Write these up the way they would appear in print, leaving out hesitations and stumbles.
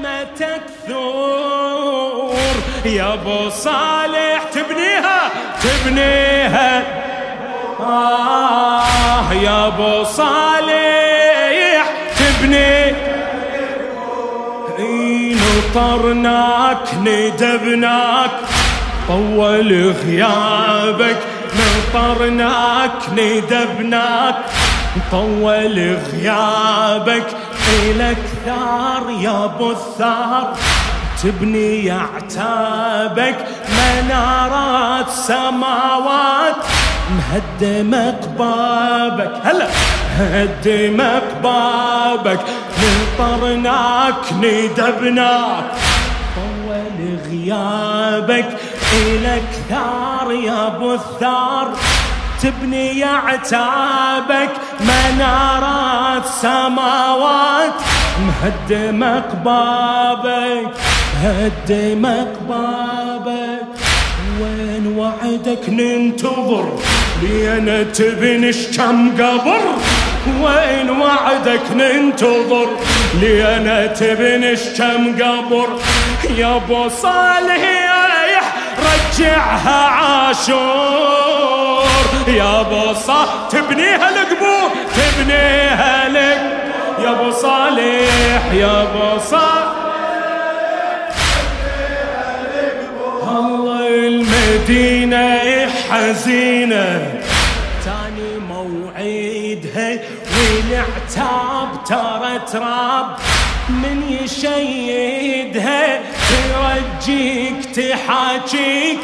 متى تثور يا ابو صالح تبنيها يا ابو صالح تبني نطرناك ندبناك طول غيابك نطرناك ندبناك طول غيابك إلك ثار يا ابو الثار تبني عتابك منارات سماوات مهدمة قبابك هلا هدمة قبابك نطرناك ندبناك طول غيابك إلك ثار يا ابو الثار تبني عتابك منارات سماوات مهدمة قبابك هدمة قبابك وين وعدك ننتظر لينا تبنش كم قبر وين وعدك ننتظر لينا تبنش كم قبر يا ابو صالح رجعها عاشور يا ابو صالح تبنيها القبور تبنيها لك يا ابو صالح يا ابو صالح الله المدينة حزينة تاني موعدها والعتاب ترى تراب من يشيدها ترجيك تحاجيك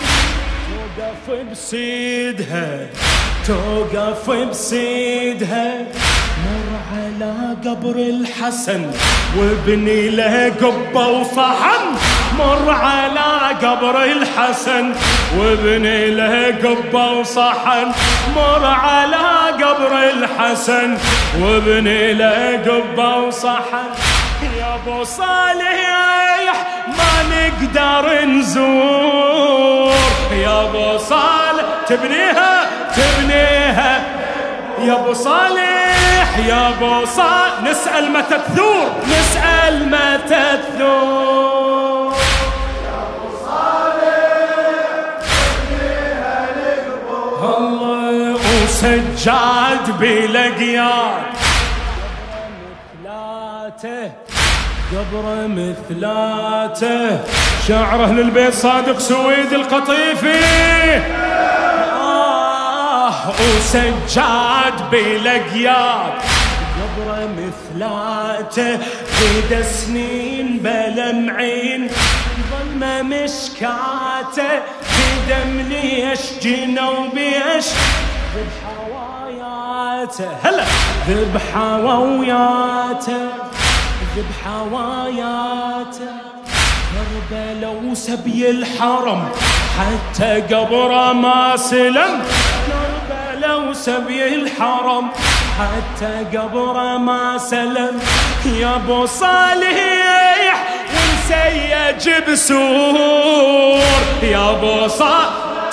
توقف بسيدها مر على قبر الحسن وابني له قبة وصحن مر على قبر الحسن وابني له قبة وصحن مر على قبر الحسن وابني له قبة وصحن يا ابو صالح ما نقدر نزور يا ابو صالح تبنيها يا ابو صالح يا ابو صالح نسأل متى تثور يا ابو صالح تبنيها القبور الله وسجاد بلقياك قبر مثلاته شاعر اهل البيت صادق سويد القطيفي وسجاد بلقياك قبر مثلاته قد سنين بلمعين ظلمه مشكاته قدم ليش جنى وبيش ذبحواياته هلا ذبحواياته كربلاء وسبي الحرم حتى قبره ما سلم كربلاء وسبي الحرم حتى قبره ما سلم يا ابو صالح ونسيج بسور يا ابو صالح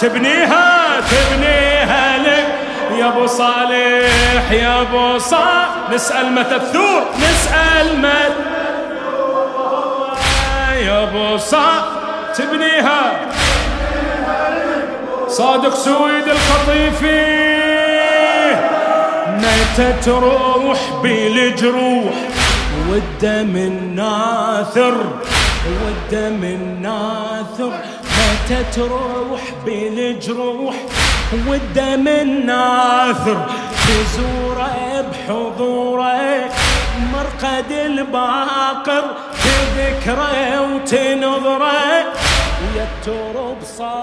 تبنيها لك يا ابو صالح يا ابو صالح نسأل متى تثور يا ابو صالح تبنيها صادق سويد القطيفي متى تروح بالجروح والدم الناثر متى تروح بالجروح والدم الناثر تزوره بحضوره مرقد الباقر تذكره وتنظره ويا الترب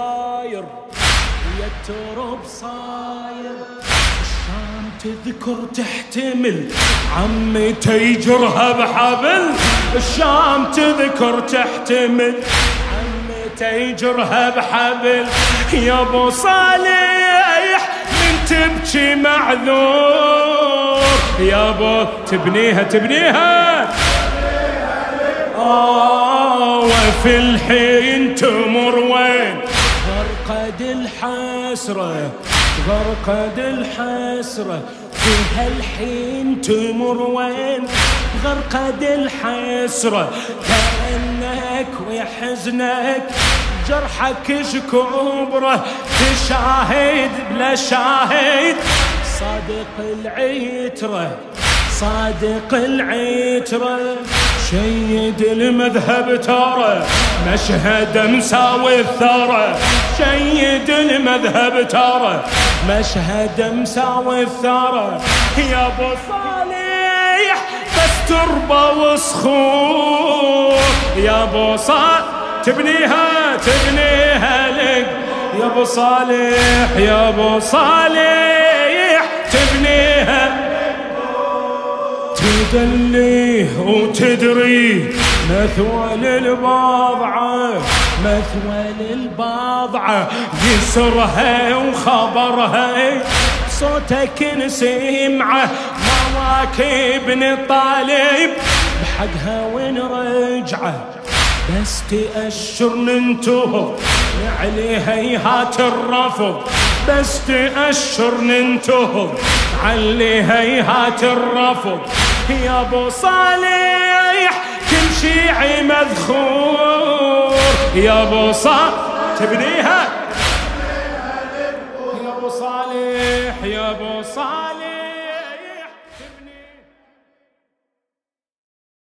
صاير الشام تذكر تحتمل عمي تيجرها بحبل الشام تذكر تحتمل عمي تيجرها بحبل يا ابو صالح من تبكي معذور يا ابو تبنيها وفي الحين تمر وين غرقد الحسرة بهالحين تمر وين غرقد الحسرة كأنك ويحزنك جرحك شكبره تشاهد بلا شاهد صادق العترة صادق العترة شيد المذهب ترى مشهد مساوي الثرى شيد المذهب ترى مشهد مساوي الثرى يا ابو صالح بس تربة وصخور يا ابو صالح تبنيها لك يا ابو صالح يا ابو صالح تبنيها تدليه وتدري مثوى للباضعة مثوى للباضعة يسرها وخبرها صوتك نسمعه مواكبني طالب بحقها ونرجعه بس تأشر ننتهض عليها هيهات الرفض بس تأشر ننتهض عليها هيهات الرفض يا ابو صالح كل شيعي مذخور يا ابو صالح تبنيها يا ابو صالح يا ابو صالح